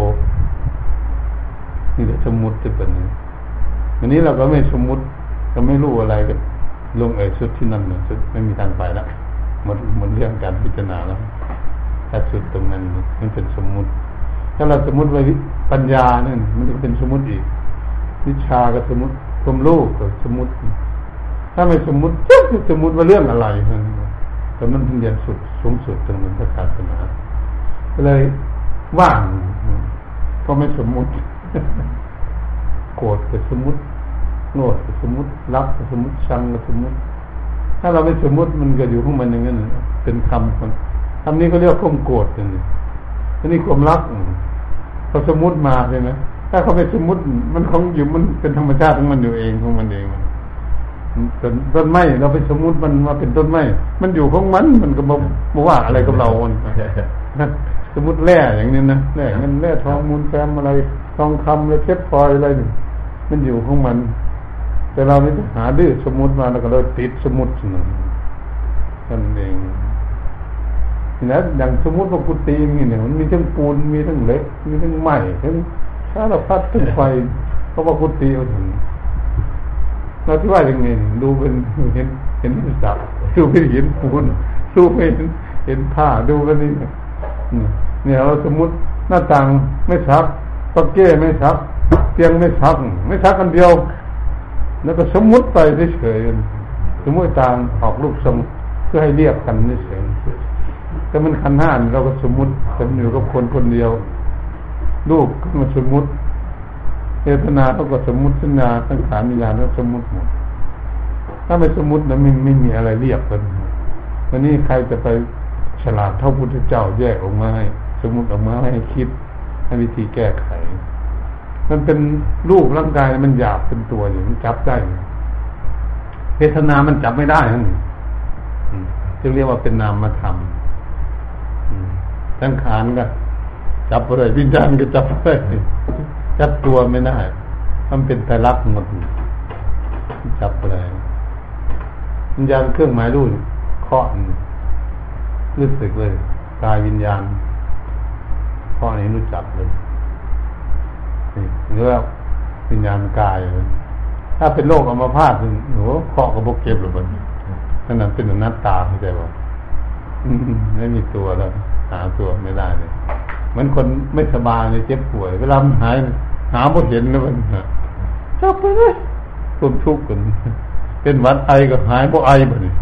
นี่แหละสมมุติจะเป็นวันนี้เราก็ไม่สมมุติก็ไม่รู้อะไรกันลงเอ่ยสุดที่นั่นเลยสุดไม่มีทางไปแล้วหมดหมดเรื่องการพิจารณาแล้วถ้าสุดตรงนั้นมันเป็นสมมุติถ้าเราสมมุติไว้ปัญญาเนี่ยมันจะเป็นสมมุติอีกวิชาก็สมมุติความรู้ก็สมมุติถ้าไม่สมมุติจะสมมุติว่าเรื่องอะไรแต่มันเป็นเรียนสุดสูงสุดตรงนั้นพระศาสนาก็เลยว่างเพราะไม่สมมุติโกรธก็สมมุติโง่ก็สมมุติรักก็สมมุติชังก็สมมุติถ้าเราไม่สมมุติมันก็อยู่ของมันอย่างนั้นเป็นคำคนคำนี้ก็เรียกว่าความโกรธอย่างนี้อันนี้ความรักเขาสมมุติมาใช่ไหมถ้าเขาไม่สมมุติมันของอยู่มันเป็นธรรมชาติของมันอยู่เองของมันเองต้นต้นไม้เราไปสมมุติมันว่าเป็นต้นไม้มันอยู่ของมันมันก็บ่บ่ว่าอะไรกับเราสมมุติแร่อย่างนี้นะแร่เงินแร่ทองมูลแฟมอะไรทองคำอะไรเพชรพลอยอะไรนี่มันอยู่ของมันแต่เราไม่ต้องหาดื้อสมมุติมาแล้วก็เลยติดสมมุตินั่นนั่นเองนี่นะอย่างสมมุติว่ากุฏิอย่างนี้เนี่ยมันมีทั้งปูนมีทั้งเหล็กมีทั้งไม้ทั้งสารพัดทั้งไฟเพราะว่ากุฏิเอาถึงเราที่ว่าอย่างนี้ดูเป็นเห็นเห็นเป็นศักดิ์ดูไม่เห็นปูนดูไม่เห็นเห็นผ้าดูกันนี่เนี่ยเราสมมุติหน้าต่างไม่ซักตะเกียไม่ซักเตียงไม่ซักไม่ซักกันเดียวแล้วก็สมมุติไปเฉยๆสมมุติต่างออกรูปทรงเพื่อให้เรียกกันเฉยๆแต่มันขันธ์ห้าเราก็สมมุติแต่มันอยู่กับคนคนเดียวรูปก็มาสมมุติเวทนาเขาก็สมมุติสัญญาสังขารวิญญาณก็สมมุติหมดถ้าไม่สมมุตินะไม่ไม่มีอะไรเรียกกันวันนี้ใครจะไปฉลาดเท่าพุทธเจ้าแยกออกมาให้สมมุติออกมาให้คิดให้วิธีแก้ไขมันเป็นรูปร่างกายมันหยาบเป็นตัวอยู่มันจับได้เวทนามันจับไม่ได้นั่นจึงเรียกว่าเป็นนามธรรมสังขารก็จับอะไรวิญญาณก็จับไม่ได้จับตัวไม่ได้มันเป็นไตรลักษณ์หมดจับอะไรวิญญาณเครื่องหมายรูปเคาะรู้สึกเลยกายวิญญาณข้อนี้รู้จักเลยนี่หรือว่าวิญญาณกายถ้าเป็นโรคอัมพาตโอ้เคาะกับพวกเก็บหรือเปล่านั่นน่ะเป็นอนัตตาเข้าใจป่ะไม่มีตัวแล้วหาตัวไม่ได้เลยเหมือนคนไม่สบายเลยเจ็บป่วยเวลามันหายหาพวกเห็นแล้วมันจับไปเลยคนทุกข์กันเป็นหวัดไอก็หายพวกไอบ่นี่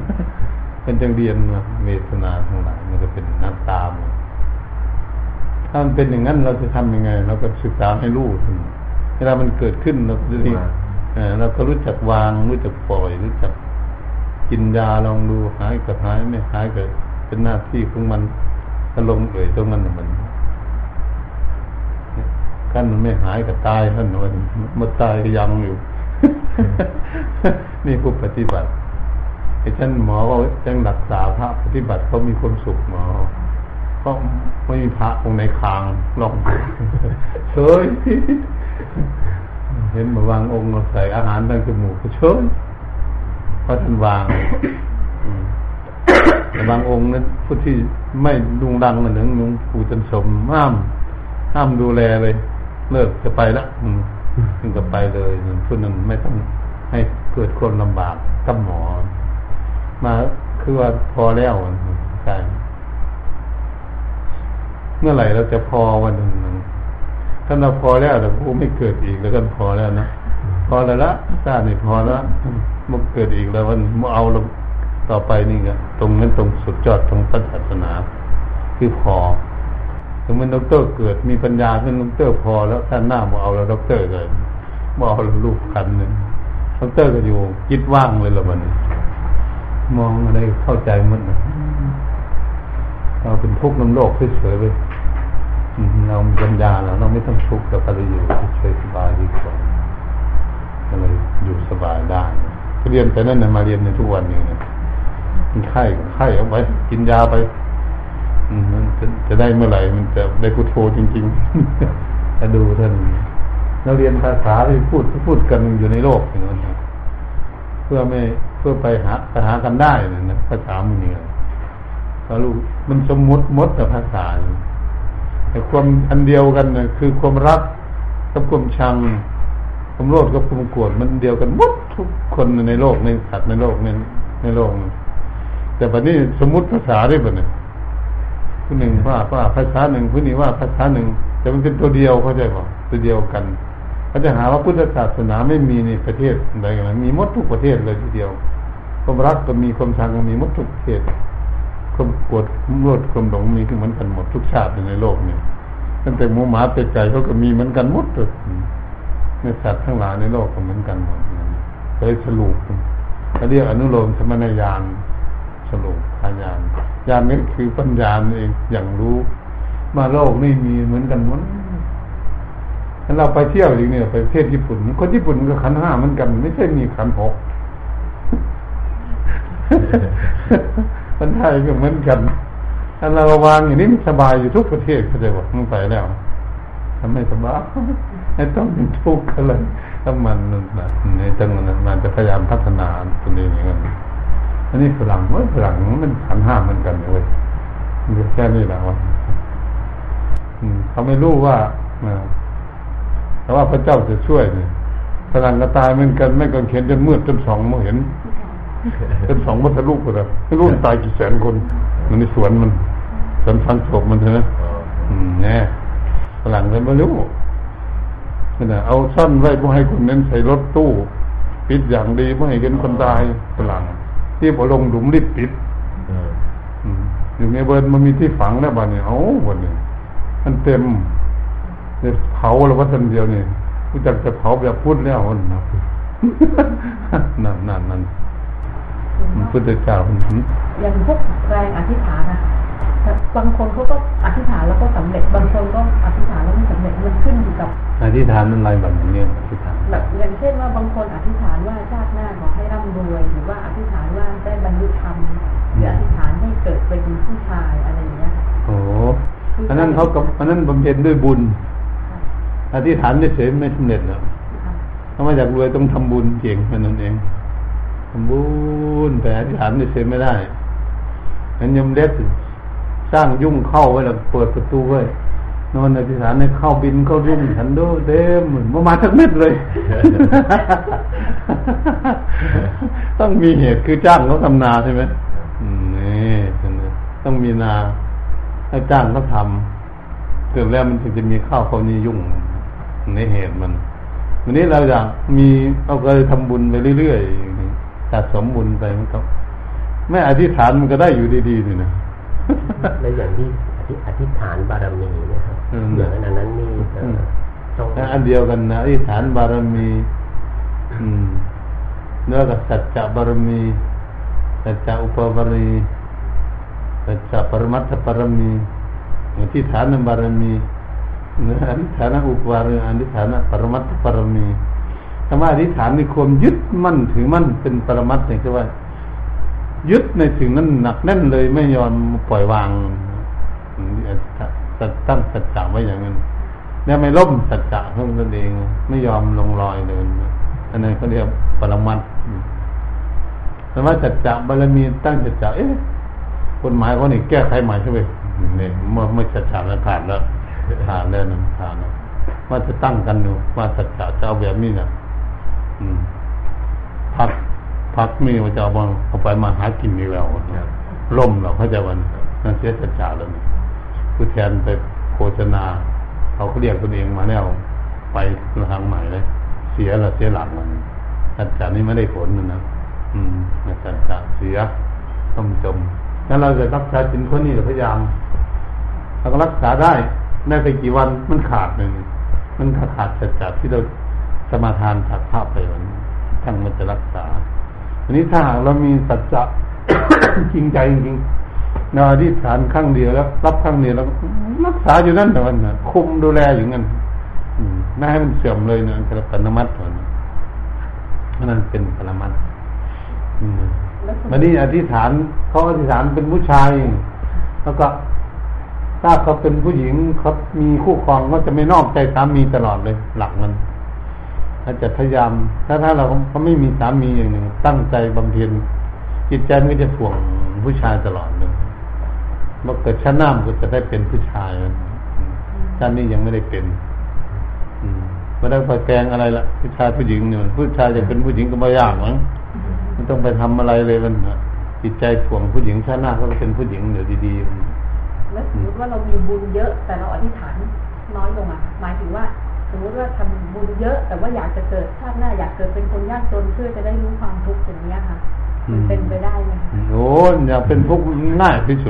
เป็นจังเรียนเวทนาทั้งหลายมันก็เป็นนัตตาหมดถ้าถ้ามันเป็นอย่างนั้นเราจะทำยังไงเราก็ศึกษาให้รู้เวลามันเกิดขึ้นเราจะดีเราก็รู้จักวางรู้จักปล่อยรู้จักกินยาลองดูหายก็หายไม่หายก็เป็นหน้าที่ของมันถ้าลงเอ่ยตรงนั้นมันขั้นมันไม่หายก็ตายท่านมันมาตายก็ยังอยู่ นี่ผู้ปฏิบัติไอ้ท่านหมอเขายังรักษาพระปฏิบัติเขามีความสุขหมอก็ไม่มีพระองค์ในคางลองเฉยเห็นมาวางองค์เราใส่อาหารทางจมูกก็เฉยเพราะท่านวางแต่บางองค์นั้นผู้ที่ไม่ดุงดังเหมือนหนึ่งหลวงปู่จันสมห้ามห้ามดูแลเลยเลิกจะไปละถึงจะไปเลยผู้นั้นไม่ต้องให้เกิดคนลำบากกับหมอมาคือว่าพอแล้วใช่เมื่อไหร่เราจะพอวันหนึ่งถ้าเราพอแล้วแต่ผู้ไม่เกิดอีกแล้วก็พอแล้วนะพอแล้วละชาตินี่พอแล้วมันเกิดอีกแล้ววันมาเอาเราต่อไปนี่ก็ตรงนั้นตรงสุดยอดตรงศาสนาคือพอถึงมันด็อกเตอร์เกิดมีปัญญาขึ้นด็อกเตอร์พอแล้วท่านหน้ามาเอาแล้วด็อกเตอร์เลยมาเอาลูกขันหนึ่งด็อกเตอร์ก็อยู่คิดว่างเลยละมันมองอะไรเข้าใจมันนะเราเป็นทุกข์น้ำโลกเฉยๆไปเรามีปัญญาแล้วเราไม่ต้องทุกข์เราก็เลยอยู่เฉยๆสบายดีกว่าก็เลยอยู่สบายได้เรียนแต่นั่นนะมาเรียนในทุกวันนี้นะมันไข้ไข้เอาไว้กินยาไปมันจะจะได้เมื่อไหร่มันจะได้พุทโธจริงๆจะดูท่านเราเรียนภาษาที่พูดพูดกันอยู่ในโลกอย่างนั้นเพื่อไม่เพื่อไปหาไปหากันได้นะภาษามันนี่เราลูกมันสมมุติมดกับภาษาแต่ความอันเดียวกันนะคือความรักกับความชังความโลภกับความโกรธมันเดียวกันหมดทุกคนในโลกในสัตว์ในโลกในในโลกแต่บัดนี้สมมุติภาษาได้บ่เนี่ยผู้หนึ่งว่าว่าภาษาหนึ่งผู้นี้ว่าภาษาหนึ่งแต่มันเป็นตัวเดียวเข้าใจป่ะตัวเดียวกันเขาจะหาว่าพุทธศาสนาไม่มีในประเทศใดกันมีหมดทุกประเทศเลยทีเดียวความรักก็มีความชังก็มีหมดทุกประเทศความโกรธความโลภความหลงมีเหมือนกันหมดทุกชาติในโลกนี่ตั้งแต่หมูหมาเป็ดไก่เขาก็มีเหมือนกันหมดเลยในสัตว์ทั้งหลายในโลกก็เหมือนกันหมดเลยสรุปเขาเรียกอนุโลมสมณญาณสรุปพยานญาณนี้คือปัญญาเองอย่างรู้มาโลกนี่มีเหมือนกันหมดถ้าเราไปเที่ยวอย่างนี้ไปประเทศญี่ปุ่นคนญี่ปุ่นก็ขันห้าเหมือนกันไม่ใช่มีขันหกคนไทยก็เหมือนกันถ้าเราวางอย่างนี้มันสบายอยู่ทุกประเทศเขาจะบอกมึงไปแล้วทำให้สบายไม่ต้องเป็นทุกข์อะไรถ้ามันนะในจังหวะนั้นมันจะพยายามพัฒนาตัวนี้อย่างนั้นอันนี้ฝรั่งเว้ยฝรั่งมันขันห้าเหมือนกันเลยมันแค่นี้แหละวะเขาไม่รู้ว่าแต่ว่าพระเจ้าจะช่วยเนี่ยฝรั่งก็ตายเหมือนกันไม่กังเขนจนมืดจนสองมาเห็นจนสองมัทะลุหมดเลยไม่รู้ตายกี่แสนคนมันในสวนมันสวนฟังศพมันเถอะอืมแน่ฝรั่งเลยไม่รู้เนี่ยเอาซ่อนไว้เพื่อให้คนนั้นใส่รถตู้ปิดอย่างดีไม่ให้เห็นคนตายฝรั่งที่พอลงหลุมรีบปิดอยู่ในเบิร์นมันมีที่ฝังแล้วบ้านเนี่ยเอ้าวันนี้มันเต็มเนี่ยเผาแล้วว่าทันเดียวนี่รู้จักจะเผาแบบพูดแล้วนั่นนั่นนั่นนั่นพุทธเจ้าอย่างพวกแรงอธิษฐานนะคะบางคนเขาก็อธิษฐานแล้วก็สำเร็จบางคนก็อธิษฐานแล้วไม่สำเร็จมันขึ้นอยู่กับอธิษฐานอะไรแบบนี้อธิษฐานแบบอย่างเช่นว่าบางคนอธิษฐานว่าชาติหน้าขอให้ร่ำรวยหรือว่าอธิษฐานว่าได้บรรลุธรรมหรืออธิษฐานให้เกิดเป็นผู้ชายอะไรอย่างเงี้ยโอ้อันนั้นเขากับอันนั้นบำเพ็ญด้วยบุญอธิษฐานเฉยๆไม่สำเร็จหรอกถ้ามาจากรวยต้องทำบุญเก่งแค่นั้นเองทำบุญแต่อธิษฐานเฉยๆไม่ได้งั้นยมเล็กสร้างยุ่งเข้าไว้แล้วเปิดประตูไว้นอนอธิษฐานให้เข้าบินเข้ารุ่งฉันดูเต็มเหมือนมาทั้งเม็ดเลยต้องมีเหตุคือจ้างเขาทำนาใช่ไหมนี่ต้องมีนาให้จ้างเขาทำเกิดแล้วมันถึงจะมีข้าวเขานี่ยุ่งในเหตุมันวันนี้เราอยากมีเราก็เลยทำบุญไปเรื่อยๆสะสมบุญไปมันก็ไม่อธิษฐานมันก็ได้อยู่ดีๆนี่นะและอย่างที่อธิษฐานบารมีเนี่ยครับเหนืออันนั้นนี่เอ่อต้องอันเดียวกันนะอธิษฐานบารมีอืมเนื้อกับสัจจะบารมีสัจจะอุปบารมีสัจจะปรมัตถบารมีอธิษฐานบารมีเนื้ออธิษฐานอุปบารมีอธิษฐานปรมัตถบารมีคำว่าอธิษฐานในความยึดมั่นถือมั่นเป็นปรมัตถ์เนี่ยคือว่ายึดในสิ่งนั้นหนักแน่นเลยไม่ยอมปล่อยวางสัจตั้งสัจจะไว้อย่างนั้นเนี่ยไม่ล้มสัจจะเพิ่มตัวเองไม่ยอมลงรอยเลยอันนั้นเขาเรียกปรมัตถ์แต่ว่าสัจจะบารมีตั้งสัจจะเอ๊ะกฎหมายเขานี่แก้ไขใหม่ใช่ไหมเนี่ยเมื่อไม่สัจจะแล้วขาดแล้วขาดแล้วนะขาดแล้วว่าจะตั้งกันอยู่ว่าสัจจะจะเอาแบบนี้นะพักพักมีว่าจะเอาเอาไปมาหากินนี่แล้วล่มเราเขาจะวันนั่นเสียสัจจะแล้วผู้แทนไปโฆษณาเขาเขาเรียกตัวเองมาแล้วไปทางใหม่เลยเสียละเสียหลังมันสัจจะนี้ไม่ได้ผลนะอืมสัจจะเสียต้องจมงั้นเราจะรักษาจิตคนนี้เราพยายามเราก็รักษาได้ได้ไปกี่วันมันขาดหนึ่งมันขาดสัจจะที่เราสมาทานถักภาพไปวันทั้งมันจะรักษาอันนี้ถ้าหากเรามีสัจจะ จริงใจจริงๆเราอธิษฐานครั้งเดียวแล้วรับครั้งเดียวแล้วรักษาอยู่นั่นแต่วันน่ะคุมดูแลอยู่งั้นไม่ให้มันเสื่อมเลยนะเป็นปรมัตถ์นั่นเป็นปรมัตถ์วันนี้อธิษฐานเขาอธิษฐานเป็นผู้ชายแล้วก็ถ้าเขาเป็นผู้หญิงเขามีคู่ครองก็จะไม่นอกใจสามีตลอดเลยหลักมันถ้าจะพยายามถ้าถ้าเราเขาไม่มีสามีอย่างหนึ่งตั้งใจบำเพ็ญจิตใจมันก็จะถ่วงผู้ชายตลอดเลยเมื่อเกิดชาติหน้ามันก็จะได้เป็นผู้ชายชาตินี้ยังไม่ได้เป็นไม่ได้ไปแปลงอะไรละผู้ชายผู้หญิงเนี่ยผู้ชายจะเป็นผู้หญิงก็ไม่ยากมั้งไม่ต้องไปทำอะไรเลยมันจิตใจถ่วงผู้หญิงชาติหน้าเขาก็เป็นผู้หญิงเดี๋ยวดีๆแล้วสมมติว่าเรามีบุญเยอะแต่เราอธิษฐานน้อยลงอ่ะหมายถึงว่าสมมติว่าทำบุญเยอะแต่ว่าอยากจะเกิดชาติหน้าอยากเกิดเป็นคนยากจนเพื่อจะได้รู้ความทุกข์อย่างนี้ค่ะมันเป็นไปได้ไหมโอ้อยากเป็นทุกข์ง่ายที่สุด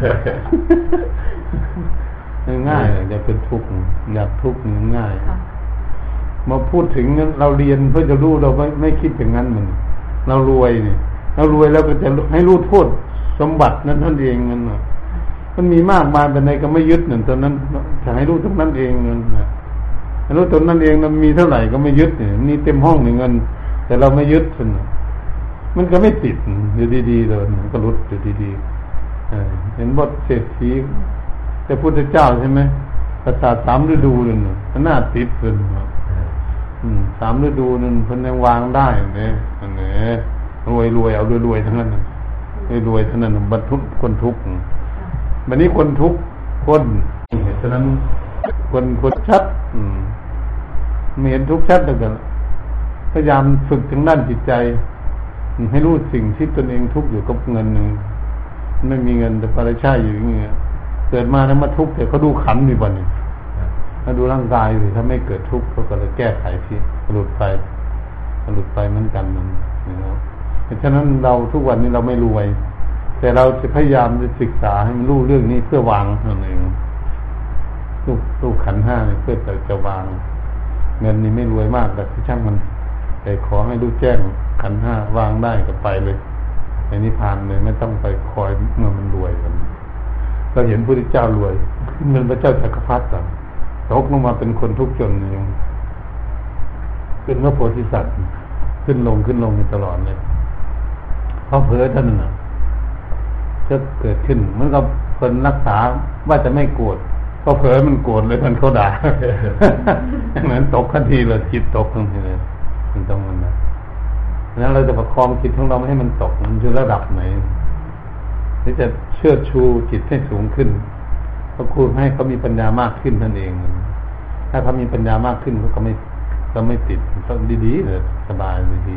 ง่ายอยากเป็นทุกข์อยากทุกข์ง่ายมาพูดถึงเราเรียนเพื่อจะรู้เราไม่ไม่คิดอย่างนั้นมันเรารวยนี่เรารวยแล้วก็จะให้รู้โทษสมบัตินั้นท่านเองนั่นน่ะมันมีมากมายแต่ในก็ไม่ยึดหนึ่งตอนนั้นจะให้รู้ตรงนั้นเองเงินนะให้รู้ตรงนั้นเองมันมีเท่าไหร่ก็ไม่ยึดเนี่ยมีเต็มห้องหนึ่งเงินแต่เราไม่ยึดมันมันก็ไม่ติดอยู่ดีๆเลยมันก็รุดอยู่ดีๆเห็นบทเศรษฐีแต่พุทธเจ้าใช่ไหมประสาทสามฤดูเลยน่ะมันน่าติดเลยสามฤดูนั่นเพิ่นยังวางได้เนี่ยอันนี้รวยรวยเอารวยๆทั้งนั้นรวยรวยทั้งนั้นบรรทุกคนทุกข์วันนี้คนทุกข์คนฉะนั้นคนคนชัดไม่เห็นทุกข์ชัดแต่กันพยายามฝึกทางด้านจิตใจให้รู้สิ่งที่ตนเองทุกข์อยู่กับเงินหนึ่งไม่มีเงินแต่พอได้ใช้อยู่อย่างเงี้ยเกิดมาแล้วมาทุกข์แต่เขาดูขันอยู่บ่เนี่ยถ้าดูร่างกายอยู่ถ้าไม่เกิดทุกข์เขาก็เลยแก้ไขที่หลุดไปหลุดไปเหมือนกันนั่นนะครับฉะนั้นเราทุกวันนี้เราไม่รวยแต่เราจะพยายามจะศึกษาให้มันรู้เรื่องนี้เพื่อวางนั่นเองรูปรูปขันธ์ห้าเพื่อจะวางเงินนี่ไม่รวยมากแต่ที่ช่างมันแต่ขอให้รู้แจ้งขันธ์ห้าวางได้ก็ไปเลยในนิพพานเลยไม่ต้องไปคอยเมื่อมันรวยกันเราเห็นพระพุทธเจ้ารวยเงินพระเจ้าจักรพรรดิต่างตกลงมาเป็นคนทุกข์จนยังเป็นพระโพธิสัตว์ขึ้นลงขึ้นลงอยู่ตลอดเลยเพราะเผลอท่านน่ะจะเกิดขึ้นเหมือนกับคนรักษาว่าจะไม่โกรธพอเผลอมันโกรธเลยมันเขาด่าเหมือนตกทันทีเลยจิตตกทันทีเลยมันต้องมันนะนั้นเราจะประคองจิตของเราไม่ให้มันตกมันอยู่ระดับไหนที่จะเชิดชูจิตให้สูงขึ้นก็ครูให้เขามีปัญญามากขึ้นนั่นเองถ้าเขามีปัญญามากขึ้นเขาก็ไม่ก็ไม่ติดเขาดีๆเลยสบายดี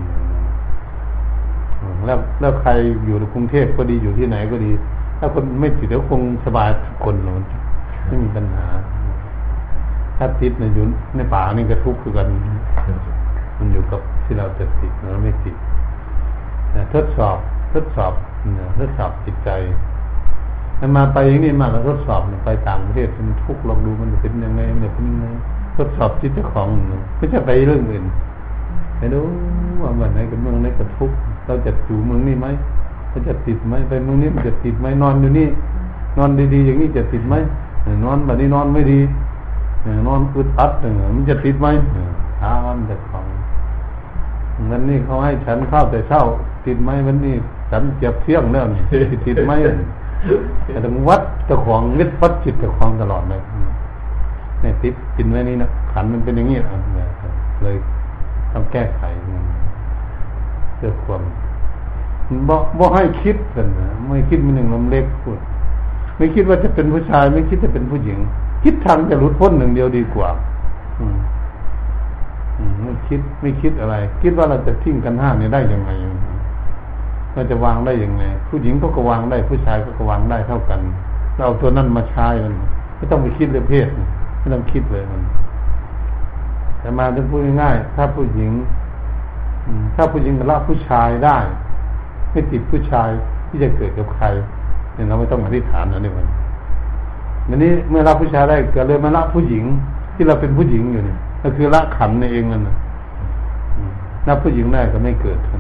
ๆแล้วแล้วใครอยู่ในกรุงเทพก็ดีอยู่ที่ไหนก็ดีถ้าคนไม่ติดแล้วคงสบายทุกคนเลยไม่มีปัญหาถ้าติดในอยู่ในป่านี่ก็ทุกข์คือกันมันอยู่กับที่เราจะติดเราไม่ติดทดสอบทดสอบทดสอบจิตใจมันมาไปอย่างนี้มากกว่าทดสอบไปต่างประเทศมันทุกข์ลองดูมันเป็นยังไงมันเป็นยังไงทดสอบจิตเจ้าของไม่ใช่ไปเรื่องอื่นไปดูว่าวันไหนกับเมืองไหนกับทุกข์เราจะอยู่เมืองนี้ไหมเราจะติดไหมไปเมืองนี้มันจะติดไหมนอนอยู่นี่นอนดีๆอย่างนี้จะติดไหมนอนแบบนี้นอนไม่ดีนอนอึดอัดมันจะติดไหมถามมันจะของวันนี้เขาให้ฉันข้าวแต่เช้าติดไหมวันนี้ฉันเจ็บเที่ยงแล้วนี่ติดไหมแต่ต้องวัดเจ้าของวิทย์วัดจิตเจ้าของตลอดเลยเนี่ยติดกินไว้นี่นะขันมันเป็นอย่างนี้เลยต้องแก้ไขเพื่อความบ่บ่ให้คิดกันนะไม่คิดมันหนึ่งลมเล็กพูดไม่คิดว่าจะเป็นผู้ชายไม่คิดจะเป็นผู้หญิงคิดทางจะหลุดพ้นหนึ่งเดียวดีกว่าอืมอืมไม่คิดไม่คิดอะไรคิดว่าเราจะทิ้งกันห้านี่ได้ยังไงเราจะวางได้ยังไงผู้หญิงก็ก็วางได้ผู้ชายก็ก็วางได้เท่ากันเราเอาตัวนั้นมาใช้มันไม่ต้องไปคิดเรื่องเพศไม่ต้องคิดเลยมันแต่มาถึงพูดง่ายๆถ้าผู้หญิงถ้าผู้หญิงละผู้ชายได้ไม่ติดผู้ชายที่จะเกิดกับใครเนี่ยเราไม่ต้องอธิษฐานนะนี่มันวันนี้เมื่อละผู้ชายได้ก็เลยมาละผู้หญิงที่เราเป็นผู้หญิงอยู่เนี่ยก็คือละขันในเองนั่นนะละผู้หญิงได้ก็ไม่เกิดขึ้น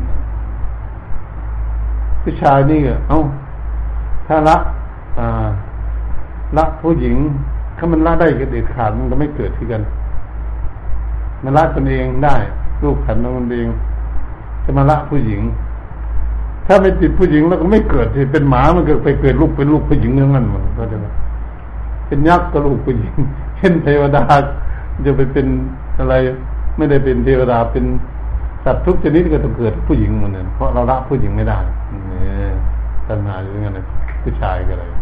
ผู้ชายนี่ก็เอ้าถ้าละอ่าละผู้หญิงถ้ามันละได้ก็เด็ดขาดมันก็ไม่เกิดที่กันมันละตนเองได้รูปขันของมันเองจะมาละผู้หญิงถ้าไม่ติดผู้หญิงแล้วก็ไม่เกิดที่เป็นหมามันเกิดไปเกิดลูกเป็นลูกผู้หญิงนั่นมันมันก็จะเป็นยักษ์ก็ลูกผู้หญิงเช่นเทวดาจะไปเป็นอะไรไม่ได้เป็นเทวดาเป็นสัตว์ทุกชนิดก็ต้องเกิดผู้หญิงเหมือนกันเพราะเราละผู้หญิงไม่ได้เนี่ยตัณหาอย่างนั้นเลยผู้ชายก็เลย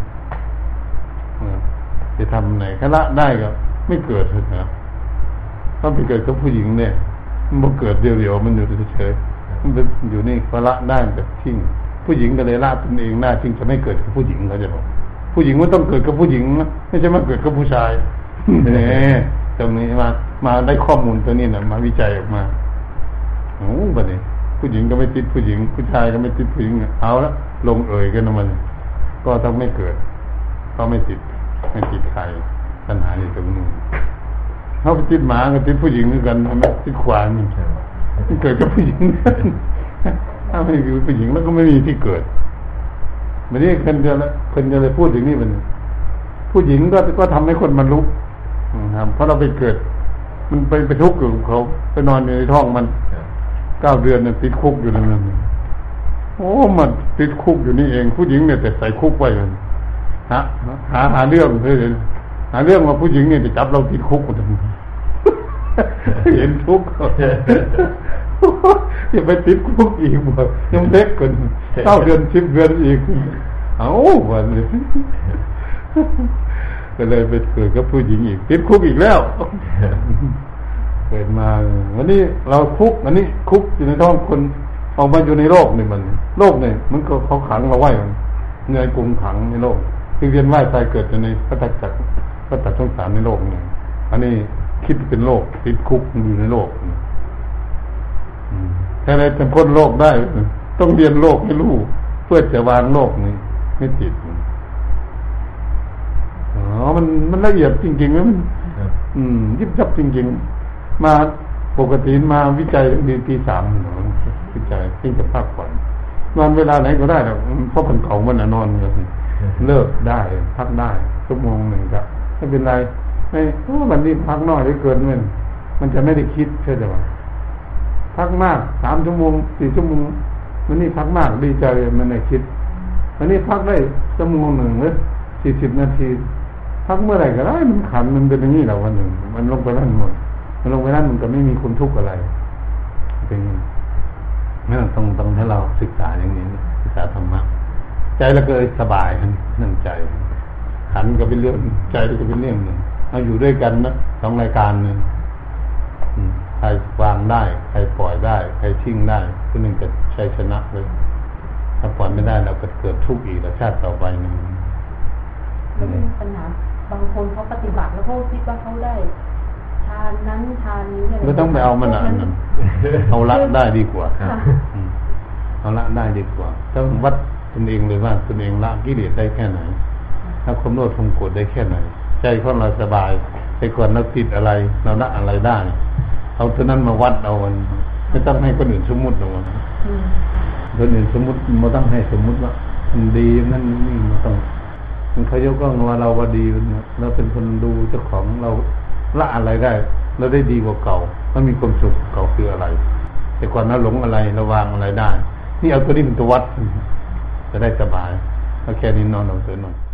จะทำไหนแค่ละได้ก็ไม่เกิดเลยนะถ้าไปเกิดกับผู้หญิงเนี่ยมันบ่เกิดเดียวๆมันอยู่เฉยๆมันเป็นอยู่นี่พอละได้แบบทิ้งผู้หญิงก็เลยละตนเองได้ทิ้งจะไม่เกิดกับผู้หญิงเขาจะบอกผู้หญิงมันต้องเกิดกับผู้หญิงนะไม่ใช่มาเกิดกับผู้ชายเนี่ยตรงนี้มามาได้ข้อมูลตัวนี้นะมาวิจัยออกมาโอ้บัดนี้ผู้หญิงก็ไม่ติดผู้หญิงผู้ชายก็ไม่ติดผู้หญิงเอาละลงเอ่ยกันนะมันก็ต้องไม่เกิดก็ไม่ติดไม่ติดใครปัญหาอยู่ตรงนี้เขาไปติดหมากับติดผู้หญิงด้วยกันทำไมติดควายมันเกิดกับผู้หญิงถ้าไม่มีผู้หญิงแล้วก็ไม่มีที่เกิดวันนี้คนจะคนจะเลยพูดถึงนี่มันผู้หญิงก็ก็ทำให้คนมันลุกครับเพราะเราไปเกิดมันไปไปทุกข์กับเขาไปนอนอยู่ในท้องมันเก้าเดือนเนี่ยติดคุกอยู่นั่นนั่นโอ้มันติดคุกอยู่นี่เองผู้หญิงเนี่ยแต่ใส่คุกไว้กันฮะหาหาเรื่องเพื่อนหาเรื่องว่าผู้หญิงเนี่ยไปจับเราติดคุกหมดเห็นทุกข์อย่าไปติดคุกอีกบ่ยังเล็กกว่าเก้าเดือนสิบเดือนอีกเอ้าวันนี้ก็เลยไปเกิดกับผู้หญิงอีกติดคุกอีกแล้วเกิดมาวันนี้เราคุกอันนี้คุกอยู่ในท้องคนออกมาอยู่ในโลกนี่มันโลกนี่มันก็เขาขังเราไว้เงยกลุ่มขังในโลกที่เวียนว่ายตายเกิดอยู่ในพระตักจักรพระตักสงสารในโลกนี่อันนี้คิดเป็นโลกติดคุกอยู่ในโลกถ้าอะไรจะพ้นโลกได้ต้องเรียนโลกให้รู้เพื่อจะวางโลกนี้ไม่ติดอ๋อมันมันละเอียดจริงๆนะมันอืมยิบยับจริงๆมาปกติมาวิจัยตั้งแต่ปีสามวิจัยเพิ่งจะพักผ่อนนอนเวลาไหนก็ได้หรอกเพราะคนเก่ามันนอนเลยเลิกได้พักได้ชั่วโมงหนึ่งก็ไม่เป็นไรไม่โอ้วันนี้พักน้อยเหลือเกินมันมันจะไม่ได้คิดเชื่อใจว่าพักมากสามชั่วโมงสี่ชั่วโมงวันนี้พักมากดีใจมันไม่คิดวันนี้พักได้ชั่วโมงหนึ่งหรือสี่สิบนาทีพักเมื่อไหร่ก็ได้มันขันมันเป็นอย่างนี้แหละวันหนึ่งมันลงไปนั่นหมดมันลงไปนั่นมันก็ไม่มีคนทุกข์อะไรเป็นอย่างนี้นั่นต้องต้องให้เราศึกษาอย่างนี้ศึกษาธรรมะใจเราก็สบายนั่งใจขันก็เป็นเรื่องใจก็เป็นเรื่องหนึ่งเราอยู่ด้วยกันนะสองรายการนึงใครวางได้ใครปล่อยได้ใครทิ้งได้คนหนึ่งจะชัยชนะเลยถ้าปล่อยไม่ได้เราก็เกิดทุกข์อีกแล้วชาติต่อไปนึงแล้วมีปัญหาบางคนเขาปฏิบัติแล้วเขาคิดว่าเขาได้ทานนั้นทานนี้อะไรไม่ต้องไปเอามันอ่ะเอาละได้ดีกว่าเอาละได้ดีกว่าต้องวัดตนเองเลยว่าตนเองละกิเลสได้แค่ไหนถ้าความโลภความโกรธได้แค่ไหนใจของเราสบายแต่ก่อนเราติดอะไรเราละอะไรได้เอาเท่านั้นมาวัดเอามันไม่ต้องให้คนอื่นสมมุติหรอกคนอื่นสมมุติไม่ต้องให้สมมุติว่ามันดีนั่นนี่มันต้องมันเขายกย่องว่าเราว่าดีเราเป็นคนดูเจ้าของเราละอะไรได้เราได้ดีกว่าเก่าแล้วมีความสุขเก่าคืออะไรแต่ก่อนเราหลงอะไรเราวางอะไรได้นี่เอาตัวนี้เป็นตัววัดจะได้สบายเอาแค่นี้นอนเอาเถอะนอน